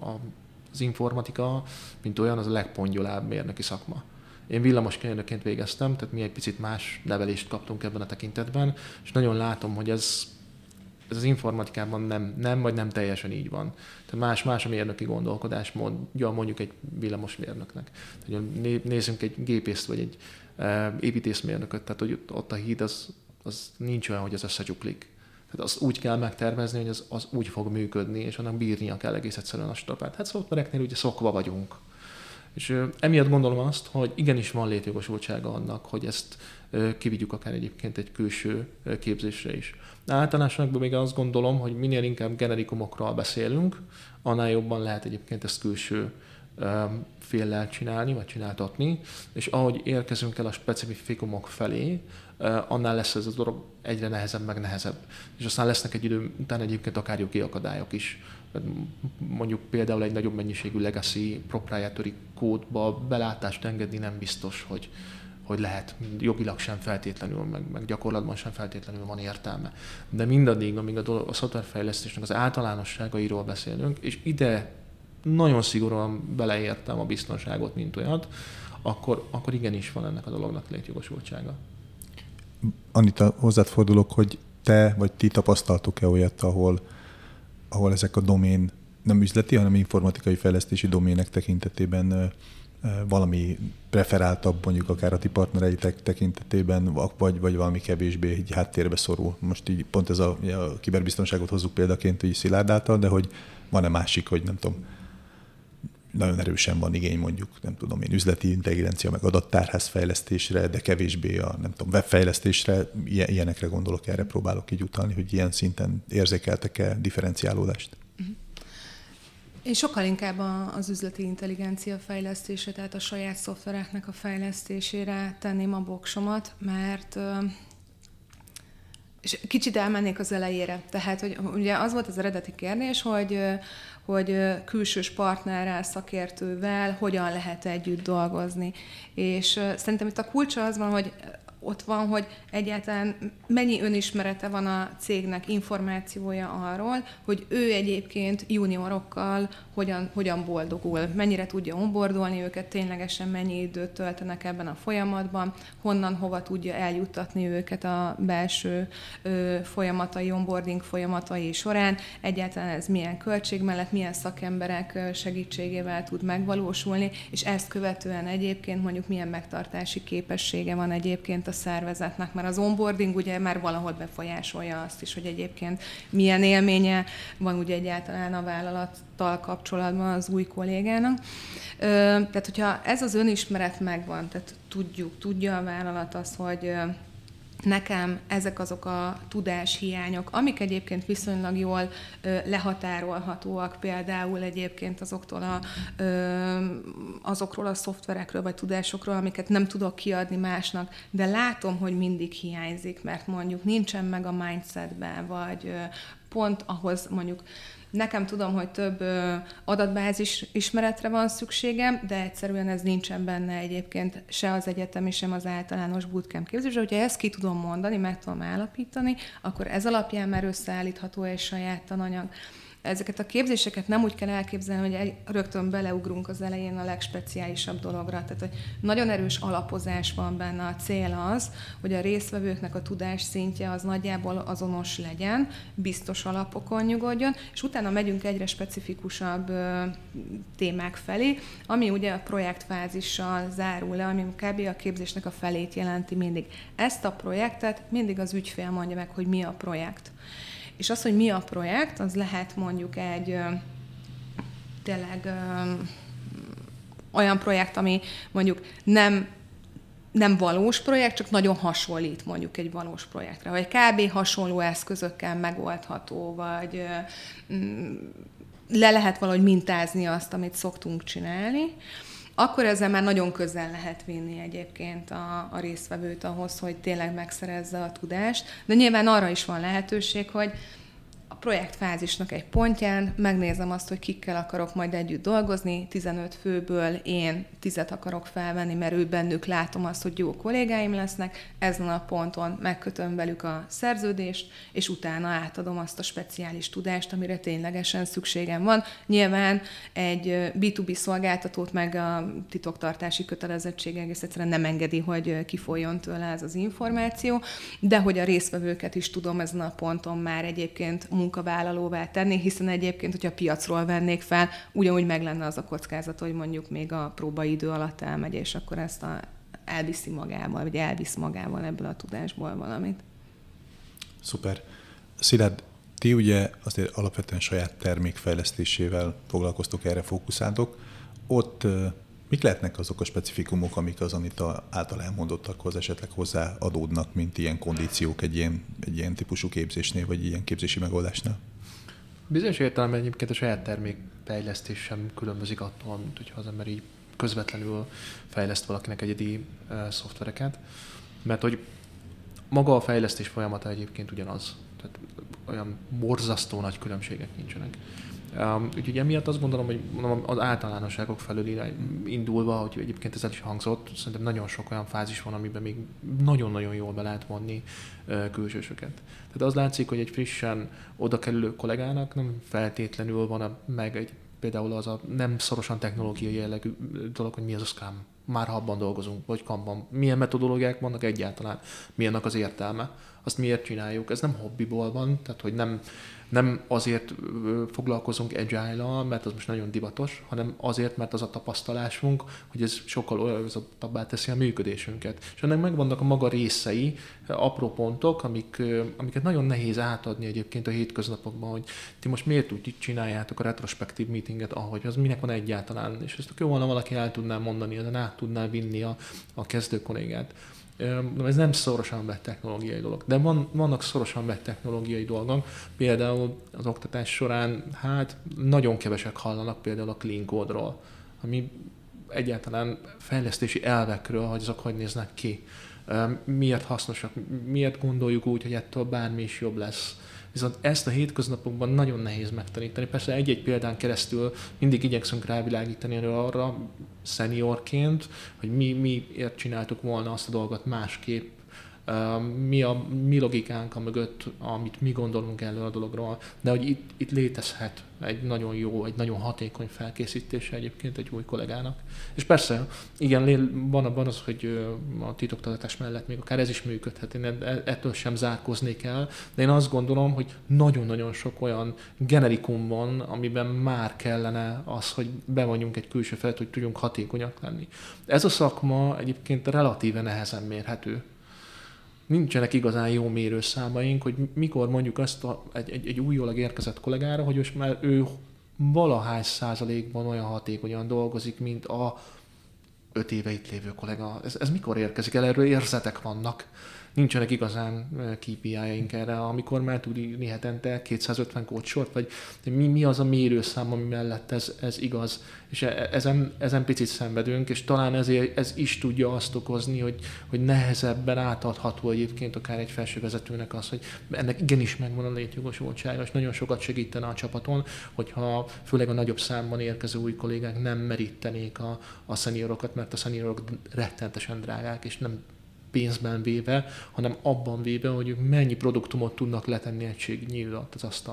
az informatika, mint olyan, az a legpongyolább mérnöki szakma. Én villamosmérnökként végeztem, tehát mi egy picit más nevelést kaptunk ebben a tekintetben, és nagyon látom, hogy ez az informatikában nem teljesen így van. Tehát más a mérnöki gondolkodásmódja mondjuk egy villamosmérnöknek. Nézzünk egy gépészt vagy egy építészmérnököt, tehát hogy ott a híd az nincs olyan, hogy az összecsuklik. Tehát azt úgy kell megtervezni, hogy az úgy fog működni, és annak bírnia kell egész egyszerűen a stapát. Hát szoftvereknél ugye szokva vagyunk. És emiatt gondolom azt, hogy igenis van létjogosultsága annak, hogy ezt kivigyük akár egyébként egy külső képzésre is. Általánosságban még azt gondolom, hogy minél inkább generikumokról beszélünk, annál jobban lehet egyébként ezt külső féllel csinálni, vagy csináltatni, és ahogy érkezünk el a specifikumok felé, annál lesz ez a dolog egyre nehezebb, meg nehezebb. És aztán lesznek egy idő után egyébként akár jogi akadályok is. Mondjuk például egy nagyobb mennyiségű legacy proprietary kódba belátást engedni nem biztos, hogy lehet. Jogilag sem feltétlenül, meg gyakorlatban sem feltétlenül van értelme. De mindaddig, amíg a szoftverfejlesztésnek az általánosságairól beszélünk, és ide nagyon szigorúan beleértem a biztonságot, mint olyat, akkor igenis van ennek a dolognak létjogosultsága. Anita, hozzád fordulok, hogy te vagy ti tapasztaltok-e olyat, ahol ezek a domén, nem üzleti, hanem informatikai fejlesztési domének tekintetében valami preferáltabb, mondjuk akár a ti partnereitek tekintetében, vagy valami kevésbé egy háttérbe szorul. Most így pont ez a kiberbiztonságot hozzuk példaként így Szilárd által, de hogy van-e másik, hogy nem tudom, nagyon erősen van igény mondjuk, nem tudom én, üzleti intelligencia, meg adattárház fejlesztésre, de kevésbé a, nem tudom, webfejlesztésre, ilyenekre gondolok, erre próbálok így utalni, hogy ilyen szinten érzékeltek-e differenciálódást? Én sokkal inkább az üzleti intelligencia fejlesztése, tehát a saját szoftvereknek a fejlesztésére tenném a voksomat, mert és kicsit elmennék az elejére. Tehát, hogy ugye az volt az eredeti kérdés, hogy külsős partnerrel, szakértővel hogyan lehet együtt dolgozni. És szerintem itt a kulcsa az van, hogy ott van, hogy egyáltalán mennyi önismerete van a cégnek, információja arról, hogy ő egyébként juniorokkal hogyan boldogul, mennyire tudja onboardolni őket, ténylegesen mennyi időt töltenek ebben a folyamatban, honnan, hova tudja eljuttatni őket a belső onboarding folyamatai során, egyáltalán ez milyen költség mellett, milyen szakemberek segítségével tud megvalósulni, és ezt követően egyébként mondjuk milyen megtartási képessége van egyébként a szervezetnek, mert az onboarding ugye már valahol befolyásolja azt is, hogy egyébként milyen élménye van ugye egyáltalán a vállalattal kapcsolatban az új kollégának. Tehát, hogyha ez az önismeret megvan, tehát tudja a vállalat azt, hogy nekem ezek azok a tudáshiányok, amik egyébként viszonylag jól lehatárolhatóak például egyébként azokról a szoftverekről vagy tudásokról, amiket nem tudok kiadni másnak, de látom, hogy mindig hiányzik, mert mondjuk nincsen meg a mindsetben, vagy pont ahhoz mondjuk nekem tudom, hogy több adatbázis ismeretre van szükségem, de egyszerűen ez nincsen benne egyébként se az egyetemi, sem az általános bootcamp képzésre. Hogyha ezt ki tudom mondani, meg tudom állapítani, akkor ez alapján már összeállítható egy saját tananyag. ezeket a képzéseket nem úgy kell elképzelni, hogy rögtön beleugrunk az elején a legspeciálisabb dologra. Tehát, hogy nagyon erős alapozás van benne. A cél az, hogy a résztvevőknek a tudás szintje az nagyjából azonos legyen, biztos alapokon nyugodjon, és utána megyünk egyre specifikusabb témák felé, ami ugye a projektfázissal zárul le, ami kb. A képzésnek a felét jelenti mindig. Ezt a projektet mindig az ügyfél mondja meg, hogy mi a projekt. És az, hogy mi a projekt, az lehet mondjuk egy tényleg olyan projekt, ami mondjuk nem valós projekt, csak nagyon hasonlít mondjuk egy valós projektre, vagy kb. Hasonló eszközökkel megoldható, vagy le lehet valahogy mintázni azt, amit szoktunk csinálni, akkor ezzel már nagyon közel lehet vinni egyébként a résztvevőt ahhoz, hogy tényleg megszerezze a tudást. De nyilván arra is van lehetőség, hogy a projektfázisnak egy pontján megnézem azt, hogy kikkel akarok majd együtt dolgozni, 15 főből én 10 akarok felvenni, mert ő bennük látom azt, hogy jó kollégáim lesznek, ezen a ponton megkötöm velük a szerződést, és utána átadom azt a speciális tudást, amire ténylegesen szükségem van. Nyilván egy B2B szolgáltatót meg a titoktartási kötelezettség egész egyszerűen nem engedi, hogy kifolyjon tőle ez az információ, de hogy a résztvevőket is tudom ezen a ponton már egyébként munkavállalóvá tenni, hiszen egyébként, hogyha piacról vennék fel, ugyanúgy meg lenne az a kockázat, hogy mondjuk még a próbaidő alatt elmegy, és akkor ezt elviszi magával, vagy elvisz magával ebből a tudásból valamit. Szuper. Szilárd, ti ugye azért alapvetően saját termékfejlesztésével foglalkoztok, erre fókuszáltok. Ott mik lehetnek azok a specifikumok, amik az Anita által elmondottakhoz esetleg hozzáadódnak, mint ilyen kondíciók egy ilyen típusú képzésnél, vagy ilyen képzési megoldásnál? Bizonyos értelemben egyébként a saját termékfejlesztés sem különbözik attól, mint hogyha az ember így közvetlenül fejleszt valakinek egyedi szoftvereket, mert hogy maga a fejlesztés folyamata egyébként ugyanaz. Tehát olyan borzasztó nagy különbségek nincsenek. Úgyhogy emiatt azt gondolom, hogy az általánosságok felől indulva, hogy egyébként ez el is hangzott, szerintem nagyon sok olyan fázis van, amiben még nagyon-nagyon jól be lehet vonni külsősöket. Tehát az látszik, hogy egy frissen oda kerülő kollégának nem feltétlenül van például az a nem szorosan technológiai jellegű dolog, hogy mi az a Scrum. Már ha abban dolgozunk, vagy Kanban. Milyen metodológiák vannak egyáltalán, milyennek az értelme, azt miért csináljuk. Ez nem hobbiból van, tehát hogy nem azért foglalkozunk agile-al, mert az most nagyon divatos, hanem azért, mert az a tapasztalásunk, hogy ez sokkal olajozatabbá teszi a működésünket. És ennek megvannak a maga részei, apró pontok, amiket nagyon nehéz átadni egyébként a hétköznapokban, hogy ti most miért úgy csináljátok a retrospektív meetinget, ahogy az minek van egyáltalán, és ezt jó volna valaki el tudná mondani, ezen át tudná vinni a kezdő kollégát. Ez nem szorosan vett technológiai dolog, de vannak szorosan vett technológiai dolgok. Például az oktatás során nagyon kevesek hallanak például a clean code-ról, ami egyáltalán fejlesztési elvekről, hogy azok hogy néznek ki, miért hasznosak, miért gondoljuk úgy, hogy ettől bármi is jobb lesz. Viszont ezt a hétköznapokban nagyon nehéz megtanítani. Persze egy-egy példán keresztül mindig igyekszünk rávilágítani arra szeniorként, hogy miért csináltuk volna azt a dolgot másképp, mi logikánk a mögött, amit mi gondolunk erről a dologról, de hogy itt létezhet egy nagyon jó, egy nagyon hatékony felkészítése egyébként egy új kollégának. És persze, igen, van az, hogy a titoktartás mellett még akár ez is működhet, én ettől sem zárkóznék el, de én azt gondolom, hogy nagyon-nagyon sok olyan generikum van, amiben már kellene az, hogy bevonjunk egy külső felet, hogy tudjunk hatékonyak lenni. Ez a szakma egyébként relatíve nehezen mérhető. Nincsenek igazán jó mérőszámaink, hogy mikor mondjuk azt egy újólag érkezett kollégára, hogy most már ő valahány százalékban olyan hatékonyan dolgozik, mint a 5 éve itt lévő kollega. Ez mikor érkezik el? Erről érzetek vannak. Nincsenek igazán KPI-jaink erre, amikor már tud írni hetente 250 kódsort, vagy mi az a mérőszám, ami mellett ez igaz. És ezen picit szenvedünk, és talán ezért ez is tudja azt okozni, hogy nehezebben átadható egyébként akár egy felsővezetőnek az, hogy ennek igenis megvan a létjogosultsága, és nagyon sokat segítene a csapaton, hogyha főleg a nagyobb számban érkező új kollégák nem merítenék a szeniorokat, mert a szeniorok rettentesen drágák, és nem pénzben véve, hanem abban véve, hogy ők mennyi produktumot tudnak letenni egységnyi alatt az asztalra.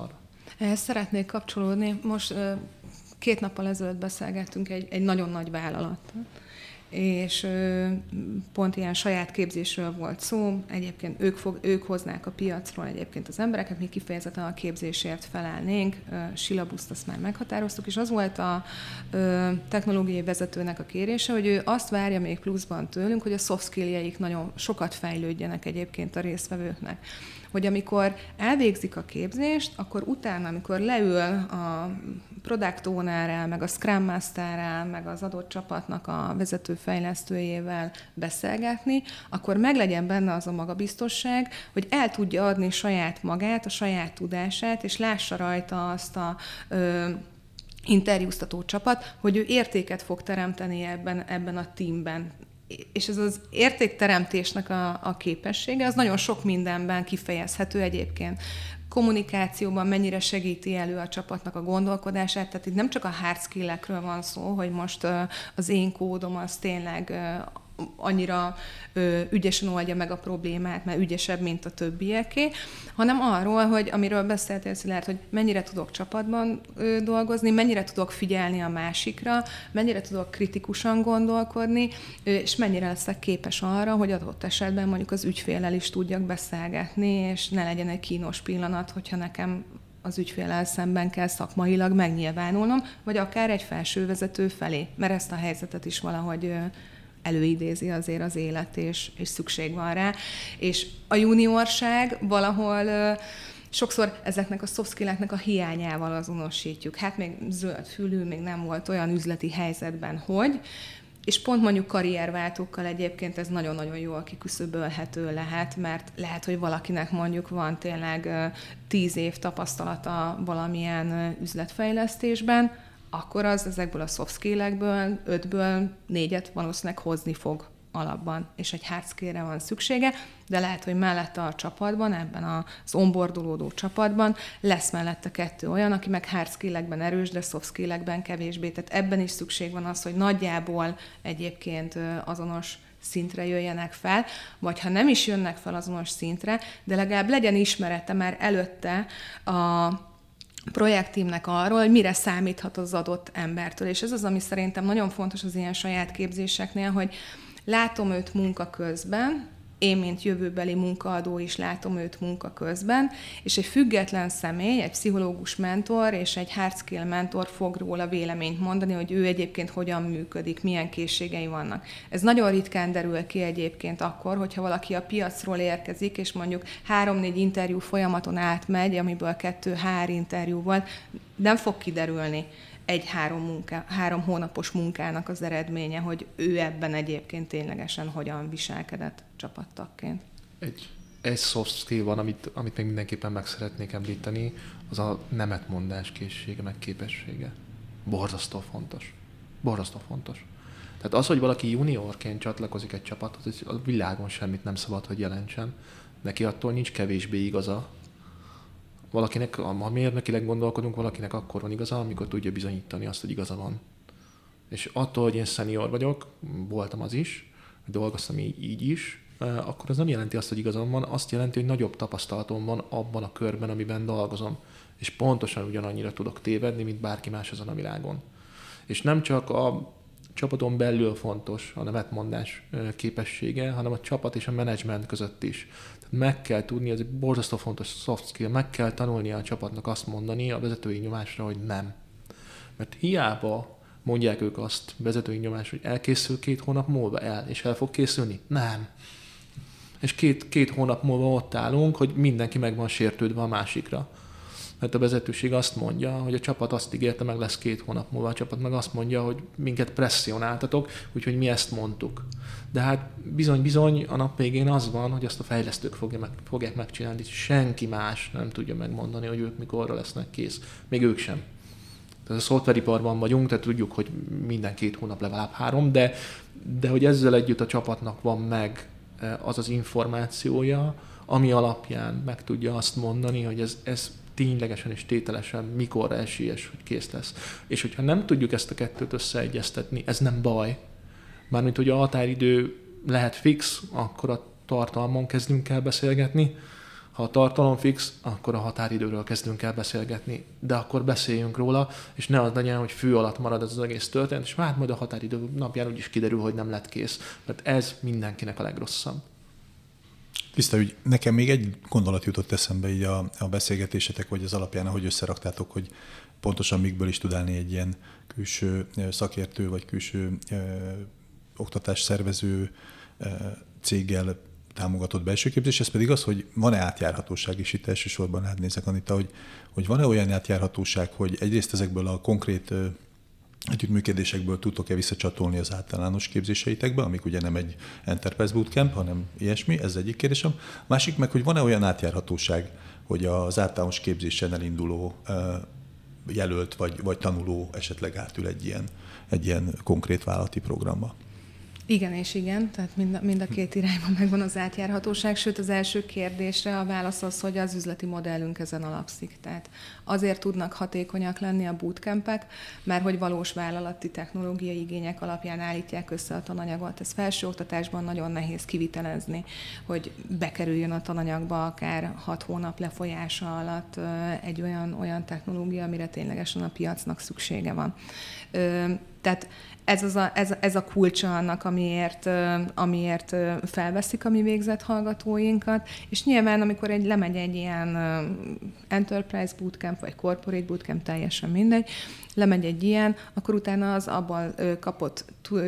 Ehhez szeretnék kapcsolódni. Most 2 nappal ezelőtt beszélgettünk egy nagyon nagy vállalattal, és pont ilyen saját képzésről volt szó. Egyébként ők hoznák a piacról egyébként az embereket, mi kifejezetten a képzésért felállnénk. Silabuszt azt már meghatároztuk, és az volt a technológiai vezetőnek a kérése, hogy ő azt várja még pluszban tőlünk, hogy a soft skilljeik nagyon sokat fejlődjenek egyébként a résztvevőknek. Hogy amikor elvégzik a képzést, akkor utána, amikor leül a product ownerrel, meg a Scrum Masterrel, meg az adott csapatnak a vezetőfejlesztőjével beszélgetni, akkor meglegyen benne az a magabiztosság, hogy el tudja adni saját magát, a saját tudását, és lássa rajta azt a interjúztató csapat, hogy ő értéket fog teremteni ebben a teamben. És ez az értékteremtésnek a képessége, az nagyon sok mindenben kifejezhető egyébként. Kommunikációban mennyire segíti elő a csapatnak a gondolkodását, tehát itt nem csak a hard skill-ekről van szó, hogy most az én kódom az tényleg annyira ügyesen oldja meg a problémát, mert ügyesebb, mint a többieké, hanem arról, hogy amiről beszéltél, Szilárd, hogy mennyire tudok csapatban dolgozni, mennyire tudok figyelni a másikra, mennyire tudok kritikusan gondolkodni, és mennyire leszek képes arra, hogy adott esetben mondjuk az ügyféllel is tudjak beszélgetni, és ne legyen egy kínos pillanat, hogyha nekem az ügyféllel szemben kell szakmailag megnyilvánulnom, vagy akár egy felsővezető felé, mert ezt a helyzetet is valahogy előidézi azért az élet, és szükség van rá. És a juniorság valahol sokszor ezeknek a soft skill-eknek a hiányával azonosítjuk. Hát még zöld fülű, még nem volt olyan üzleti helyzetben, hogy, és pont mondjuk karrierváltókkal egyébként ez nagyon-nagyon jól kiküszöbölhető lehet, mert lehet, hogy valakinek mondjuk van tényleg 10 év tapasztalata valamilyen üzletfejlesztésben, akkor az ezekből a soft skill-ekből 5-ből 4-et valószínűleg hozni fog alapban, és egy hard skill-re van szüksége, de lehet, hogy mellette a csapatban, ebben az onboardolódó csapatban lesz mellette 2 olyan, aki meg hard skill-ekben erős, de soft skill-ekben kevésbé. Tehát ebben is szükség van az, hogy nagyjából egyébként azonos szintre jöjjenek fel, vagy ha nem is jönnek fel azonos szintre, de legalább legyen ismerete már előtte a projektteamnek arról, hogy mire számíthat az adott embertől. És ez az, ami szerintem nagyon fontos az ilyen saját képzéseknél, hogy látom őt munka közben, én, mint jövőbeli munkaadó is látom őt munka közben, és egy független személy, egy pszichológus mentor és egy hard skill mentor fog róla véleményt mondani, hogy ő egyébként hogyan működik, milyen készségei vannak. Ez nagyon ritkán derül ki egyébként akkor, hogyha valaki a piacról érkezik, és mondjuk 3-4 interjú folyamaton átmegy, amiből 2 HR interjú volt, nem fog kiderülni egy 3 hónapos munkának az eredménye, hogy ő ebben egyébként ténylegesen hogyan viselkedett csapattagként. Egy soft skill van, amit még mindenképpen meg szeretnék említeni, az a nemetmondás készsége, meg képessége. Borzasztó fontos. Borzasztó fontos. Tehát az, hogy valaki juniorként csatlakozik egy csapathoz, a világon semmit nem szabad, hogy jelentsen. Neki attól nincs kevésbé igaza. Valakinek, ha mérnökileg gondolkodunk, valakinek akkor van igaza, amikor tudja bizonyítani azt, hogy igaza van. És attól, hogy én senior vagyok, voltam az is, dolgoztam így is, akkor az nem jelenti azt, hogy igazam van, azt jelenti, hogy nagyobb tapasztalatom van abban a körben, amiben dolgozom. És pontosan ugyanannyira tudok tévedni, mint bárki más azon a világon. És nem csak a csapaton belül fontos a nemetmondás képessége, hanem a csapat és a menedzsment között is. Tehát meg kell tudni, ez egy borzasztó fontos soft skill, meg kell tanulnia a csapatnak azt mondani a vezetői nyomásra, hogy nem. Mert hiába mondják ők azt vezetői nyomásra, hogy elkészül 2 hónap múlva és el fog készülni? Nem. És két hónap múlva ott állunk, hogy mindenki meg van sértődve a másikra. Mert a vezetőség azt mondja, hogy a csapat azt ígérte, meg lesz 2 hónap múlva, a csapat meg azt mondja, hogy minket presszionáltatok, úgyhogy mi ezt mondtuk. De hát bizony a nap végén az van, hogy azt a fejlesztők fogják megcsinálni, senki más nem tudja megmondani, hogy ők mikorra lesznek kész. Még ők sem. Tehát a szoftveriparban vagyunk, tehát tudjuk, hogy minden 2 hónap legalább 3, de hogy ezzel együtt a csapatnak van meg az az információja, ami alapján meg tudja azt mondani, hogy ez ténylegesen és tételesen mikorra esélyes, hogy kész lesz. És hogyha nem tudjuk ezt a kettőt összeegyeztetni, ez nem baj. Mármint, hogy a határidő lehet fix, akkor a tartalmon kezdünk el beszélgetni. Ha a tartalom fix, akkor a határidőről kezdünk el beszélgetni, de akkor beszéljünk róla, és ne az legyen, hogy fű alatt marad ez az egész történet, és hát majd a határidő napján úgyis kiderül, hogy nem lett kész. Mert ez mindenkinek a legrosszabb. Tiszta ügy. Nekem még egy gondolat jutott eszembe így a beszélgetésetek, vagy az alapján, ahogy összeraktátok, hogy pontosan mikből is tud állni egy ilyen külső szakértő, vagy külső oktatásszervező céggel támogatott belső képzés, ez pedig az, hogy van-e átjárhatóság, és itt elsősorban rád nézek, Anita, hogy van-e olyan átjárhatóság, hogy egyrészt ezekből a konkrét együttműködésekből tudtok-e visszacsatolni az általános képzéseitekbe, amik ugye nem egy Enterprise Bootcamp, hanem ilyesmi, ez egyik kérdésem. Másik meg, hogy van-e olyan átjárhatóság, hogy az általános képzésen elinduló jelölt vagy tanuló esetleg átül egy ilyen konkrét vállalati programba? Igen és igen, tehát mind a két irányban megvan az átjárhatóság, sőt az első kérdésre a válasz az, hogy az üzleti modellünk ezen alapszik. Tehát azért tudnak hatékonyak lenni a bootcampek, mert hogy valós vállalati technológiai igények alapján állítják össze a tananyagot. Ez felsőoktatásban nagyon nehéz kivitelezni, hogy bekerüljön a tananyagba akár 6 hónap lefolyása alatt egy olyan technológia, amire ténylegesen a piacnak szüksége van. Tehát ez a kulcsa annak, amiért felveszik a mi végzett hallgatóinkat, és nyilván, amikor lemegy egy ilyen Enterprise Bootcamp, vagy Corporate Bootcamp, teljesen mindegy, lemegy egy ilyen, akkor utána az abban kapott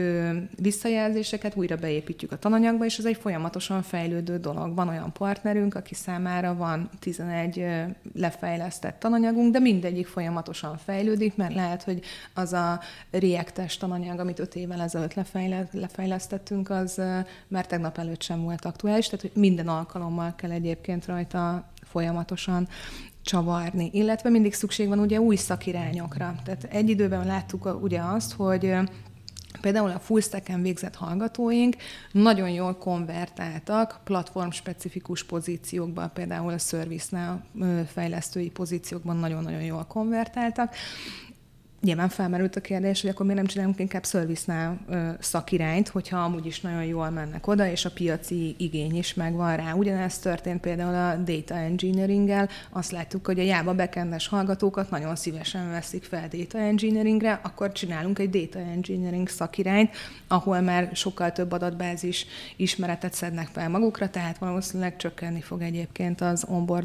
visszajelzéseket újra beépítjük a tananyagba, és ez egy folyamatosan fejlődő dolog. Van olyan partnerünk, aki számára van 11 lefejlesztett tananyagunk, de mindegyik folyamatosan fejlődik, mert lehet, hogy az a React-es tananyag, amit 5 évvel ezelőtt lefejlesztettünk, az már tegnap előtt sem volt aktuális, tehát hogy minden alkalommal kell egyébként rajta folyamatosan csavarni, illetve mindig szükség van ugye új szakirányokra. Tehát egy időben láttuk ugye azt, hogy például a full stacken végzett hallgatóink nagyon jól konvertáltak platform-specifikus pozíciókba, például a ServiceNow fejlesztői pozíciókban nagyon-nagyon jól konvertáltak. Nyilván felmerült a kérdés, hogy akkor miért nem csinálunk inkább ServiceNow szakirányt, hogyha amúgy is nagyon jól mennek oda, és a piaci igény is megvan rá. Ugyanezt történt például a data engineeringgel. Azt láttuk, hogy a Java backendes hallgatókat nagyon szívesen veszik fel data engineeringre, akkor csinálunk egy data engineering szakirányt, ahol már sokkal több adatbázis ismeretet szednek fel magukra, tehát valószínűleg csökkenni fog egyébként az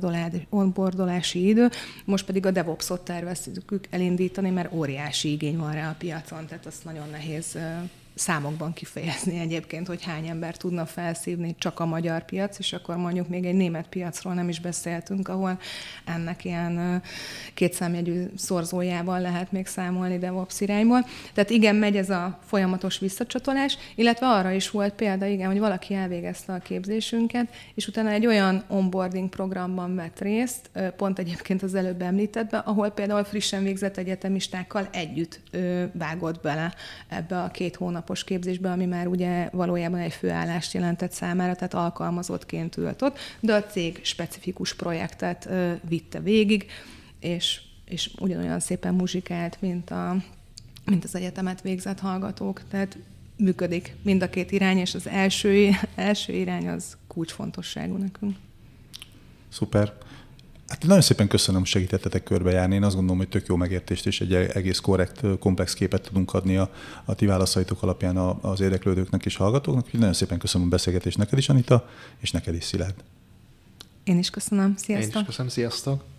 onboardolási idő. Most pedig a DevOps-ot tervezzük elindítani, mert óriási igény van rá a piacon, tehát azt nagyon nehéz számokban kifejezni egyébként, hogy hány ember tudna felszívni csak a magyar piac, és akkor mondjuk még egy német piacról nem is beszéltünk, ahol ennek ilyen kétszámjegyű szorzójával lehet még számolni DevOps irányból. Tehát igen, megy ez a folyamatos visszacsatolás, illetve arra is volt példa, igen, hogy valaki elvégezte a képzésünket, és utána egy olyan onboarding programban vett részt, pont egyébként az előbb említettben, ahol például frissen végzett egyetemistákkal együtt vágott bele ebbe a 2 hónapos képzésbe, ami már ugye valójában egy főállást jelentett számára, tehát alkalmazottként ült ott, de a cég specifikus projektet vitte végig, és ugyanolyan szépen muzsikált, mint az egyetemet végzett hallgatók. Tehát működik mind a két irány, és az első irány az kulcsfontosságú nekünk. Szuper. Hát nagyon szépen köszönöm, hogy segítettetek körbejárni. Én azt gondolom, hogy tök jó megértést és egy egész korrekt, komplex képet tudunk adni a ti válaszaitok alapján az érdeklődőknek és hallgatóknak. Nagyon szépen köszönöm a beszélgetést neked is, Anita, és neked is, Szilárd. Én is köszönöm. Sziasztok! Én is köszönöm. Sziasztok!